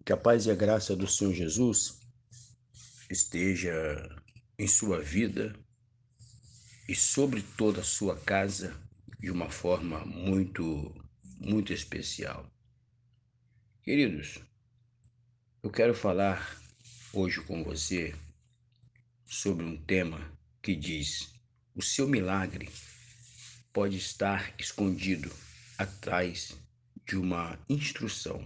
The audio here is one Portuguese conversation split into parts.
Que a paz e a graça do Senhor Jesus esteja em sua vida e sobre toda a sua casa de uma forma muito especial. Queridos, eu quero falar hoje com você sobre um tema que diz: o seu milagre pode estar escondido atrás de uma instrução.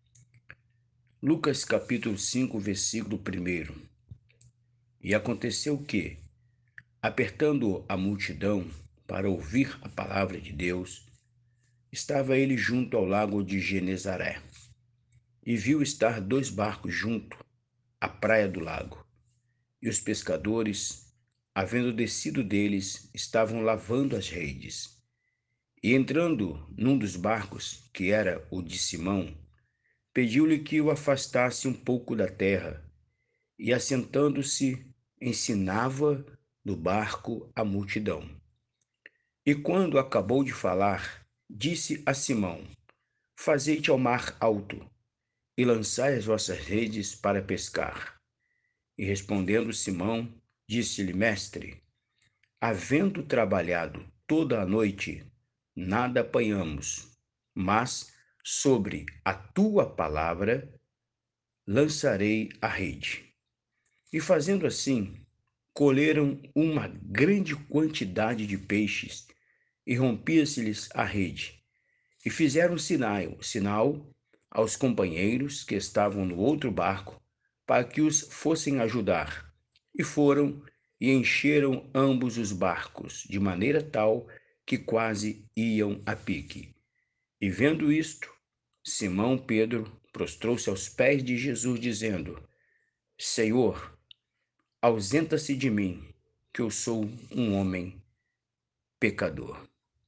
Lucas capítulo 5, versículo 1. E aconteceu que, apertando a multidão para ouvir a palavra de Deus, estava ele junto ao lago de Genezaré, e viu estar 2 barcos junto à praia do lago. E os pescadores, havendo descido deles, estavam lavando as redes. E entrando num dos barcos, que era o de Simão, pediu-lhe que o afastasse um pouco da terra, e assentando-se, ensinava no barco a multidão. E quando acabou de falar, disse a Simão: Fazei-te ao mar alto, e lançai as vossas redes para pescar. E respondendo Simão, disse-lhe: Mestre, havendo trabalhado toda a noite, nada apanhamos, mas sobre a tua palavra lançarei a rede. E fazendo assim, colheram uma grande quantidade de peixes, e rompia-se-lhes a rede. E fizeram sinal aos companheiros que estavam no outro barco, para que os fossem ajudar. E foram e encheram ambos os barcos, de maneira tal que quase iam a pique. E vendo isto, Simão Pedro prostrou-se aos pés de Jesus, dizendo: Senhor, ausenta-se de mim, que eu sou um homem pecador.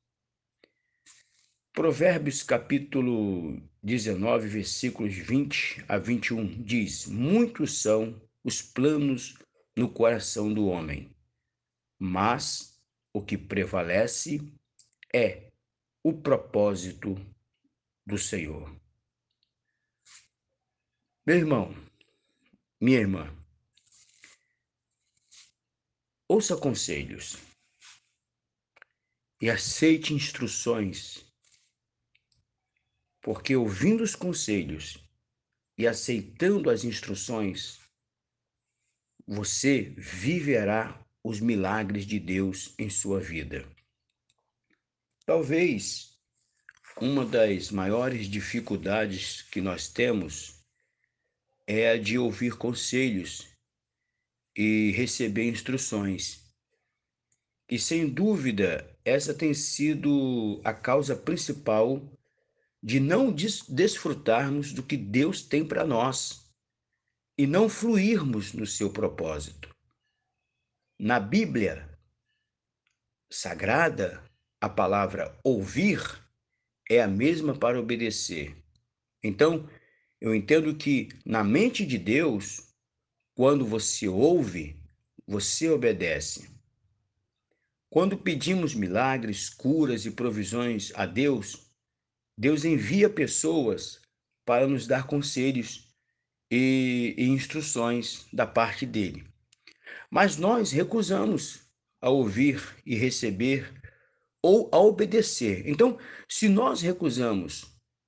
Provérbios capítulo 19, versículos 20 a 21 diz: Muitos são os planos no coração do homem, mas o que prevalece é o propósito do Senhor. Meu irmão, minha irmã, ouça conselhos e aceite instruções, porque ouvindo os conselhos e aceitando as instruções, você viverá os milagres de Deus em sua vida. Talvez uma das maiores dificuldades que nós temos é a de ouvir conselhos e receber instruções. E sem dúvida, essa tem sido a causa principal de não desfrutarmos do que Deus tem para nós e não fluirmos no seu propósito. Na Bíblia Sagrada, a palavra ouvir é a mesma para obedecer. Então, eu entendo que na mente de Deus, quando você ouve, você obedece. Quando pedimos milagres, curas e provisões a Deus, Deus envia pessoas para nos dar conselhos e instruções da parte dele. Mas nós recusamos a ouvir e receber ou a obedecer. Então, se nós recusamos,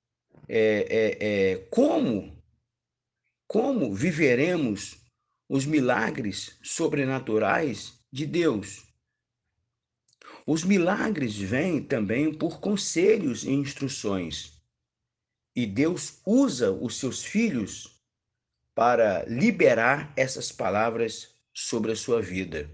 como viveremos os milagres sobrenaturais de Deus? Os milagres vêm também por conselhos e instruções. E Deus usa os seus filhos para liberar essas palavras sobre a sua vida.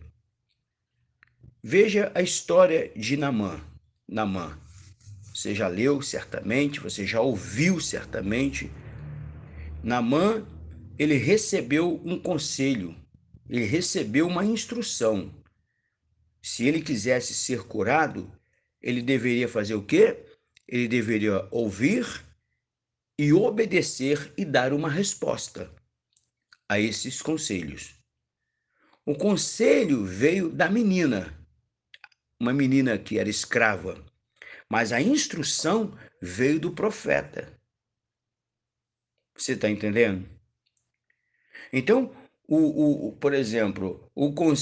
Veja a história de Naamã. Você já leu certamente, você já ouviu certamente. Naamã, ele recebeu um conselho, ele recebeu uma instrução. Se ele quisesse ser curado, ele deveria fazer o quê? Ele deveria ouvir e obedecer e dar uma resposta a esses conselhos. O conselho veio da menina, uma menina que era escrava, mas a instrução veio do profeta. Você está entendendo? Então, por exemplo,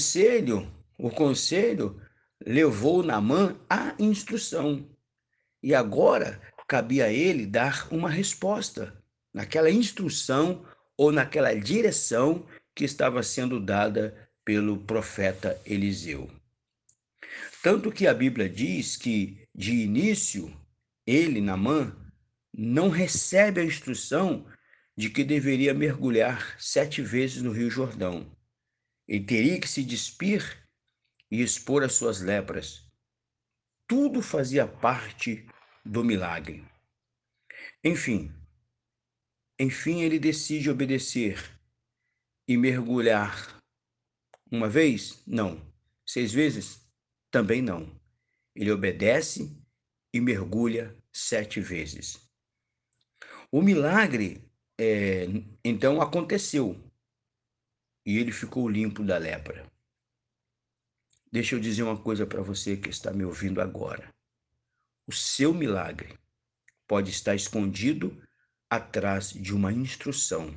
o conselho levou Naamã à instrução. E agora cabia a ele dar uma resposta naquela instrução ou naquela direção que estava sendo dada pelo profeta Eliseu. Tanto que a Bíblia diz que, de início, ele, Naamã, não recebe a instrução de que deveria mergulhar 7 vezes no Rio Jordão. Ele teria que se despir e expor as suas lepras. Tudo fazia parte do milagre. Enfim, enfim, ele decide obedecer e mergulhar uma vez? Não. 6 vezes? Também não. Ele obedece e mergulha 7 vezes. O milagre, então, aconteceu e ele ficou limpo da lepra. Deixa eu dizer uma coisa para você que está me ouvindo agora. O seu milagre pode estar escondido atrás de uma instrução.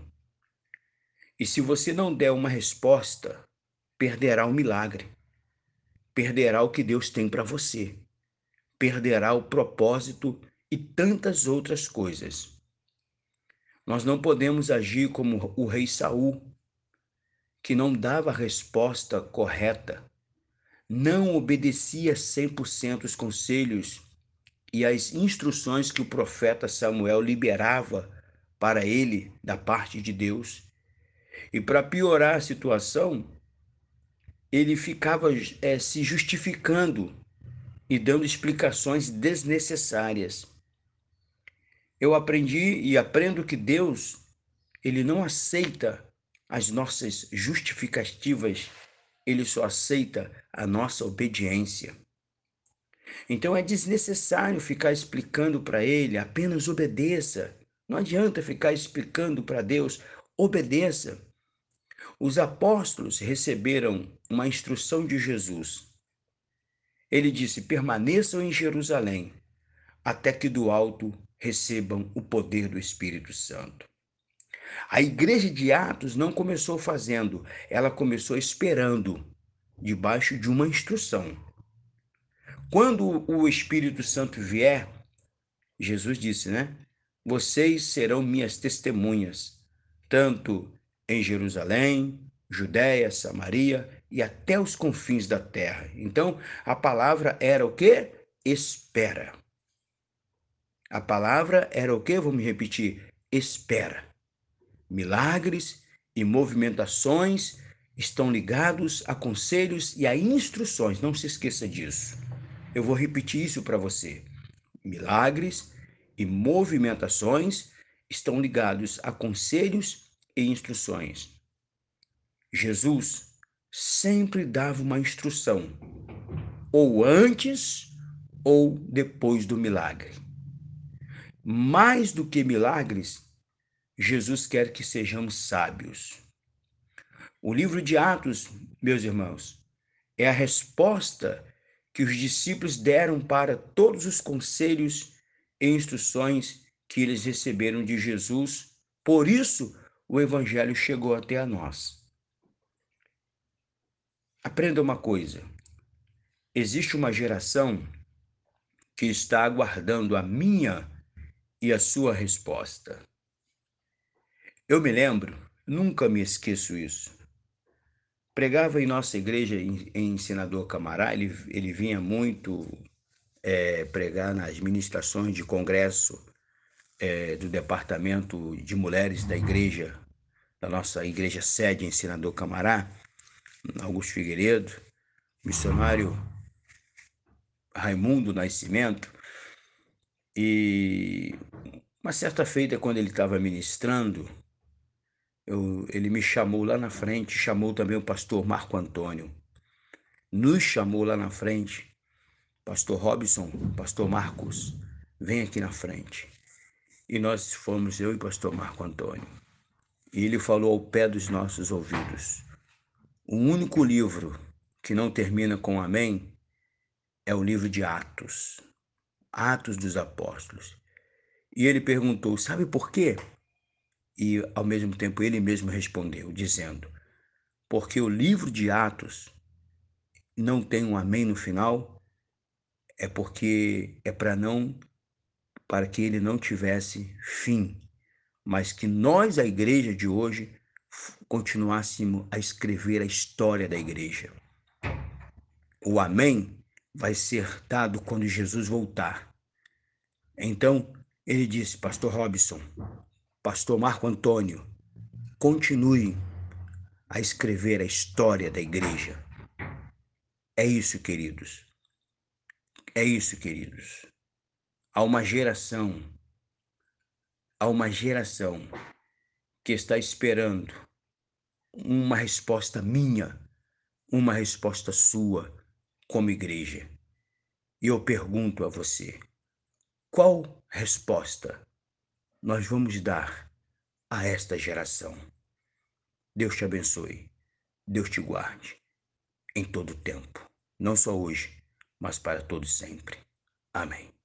E se você não der uma resposta, perderá o milagre, perderá o que Deus tem para você, perderá o propósito e tantas outras coisas. Nós não podemos agir como o rei Saul, que não dava a resposta correta, não obedecia 100% os conselhos e as instruções que o profeta Samuel liberava para ele da parte de Deus. E para piorar a situação, ele ficava se justificando e dando explicações desnecessárias. Eu aprendi e aprendo que Deus, ele não aceita as nossas justificativas, ele só aceita a nossa obediência. Então é desnecessário ficar explicando para ele, apenas obedeça. Não adianta ficar explicando para Deus, obedeça. Os apóstolos receberam uma instrução de Jesus. Ele disse: permaneçam em Jerusalém, até que do alto recebam o poder do Espírito Santo. A igreja de Atos não começou fazendo, ela começou esperando, debaixo de uma instrução. Quando o Espírito Santo vier, Jesus disse, né? Vocês serão minhas testemunhas, tanto em Jerusalém, Judéia, Samaria e até os confins da terra. Então, a palavra era o quê? Espera. A palavra era o quê? Vamos repetir. Espera. Milagres e movimentações estão ligados a conselhos e a instruções. Não se esqueça disso. Eu vou repetir isso para você. Milagres e movimentações estão ligados a conselhos e instruções. Jesus sempre dava uma instrução, ou antes ou depois do milagre. Mais do que milagres, Jesus quer que sejamos sábios. O livro de Atos, meus irmãos, é a resposta que os discípulos deram para todos os conselhos e instruções que eles receberam de Jesus. Por isso, o Evangelho chegou até a nós. Aprenda uma coisa: existe uma geração que está aguardando a minha e a sua resposta. Eu me lembro, nunca me esqueço isso. Pregava em nossa igreja em Senador Camará, ele vinha muito pregar nas ministrações de congresso do Departamento de Mulheres da igreja, da nossa igreja sede em Senador Camará, Augusto Figueiredo, missionário Raimundo Nascimento. E uma certa feita, quando ele estava ministrando, ele me chamou lá na frente, chamou também o pastor Marco Antônio, nos chamou lá na frente. Pastor Robson, pastor Marcos, vem aqui na frente. E nós fomos, eu e pastor Marco Antônio. E ele falou ao pé dos nossos ouvidos: o único livro que não termina com amém é o livro de Atos, Atos dos Apóstolos. E ele perguntou: sabe por quê? E, ao mesmo tempo, ele mesmo respondeu, dizendo: porque o livro de Atos não tem um amém no final, é porque é para que ele não tivesse fim, mas que nós, a igreja de hoje, continuássemos a escrever a história da igreja. O amém vai ser dado quando Jesus voltar. Então, ele disse, pastor Robson, pastor Marco Antônio, continue a escrever a história da igreja. É isso, queridos. É isso, queridos. Há uma geração, há uma geração que está esperando uma resposta minha, uma resposta sua como igreja. E eu pergunto a você, qual resposta nós vamos dar a esta geração? Deus te abençoe, Deus te guarde em todo o tempo, não só hoje, mas para todo sempre. Amém.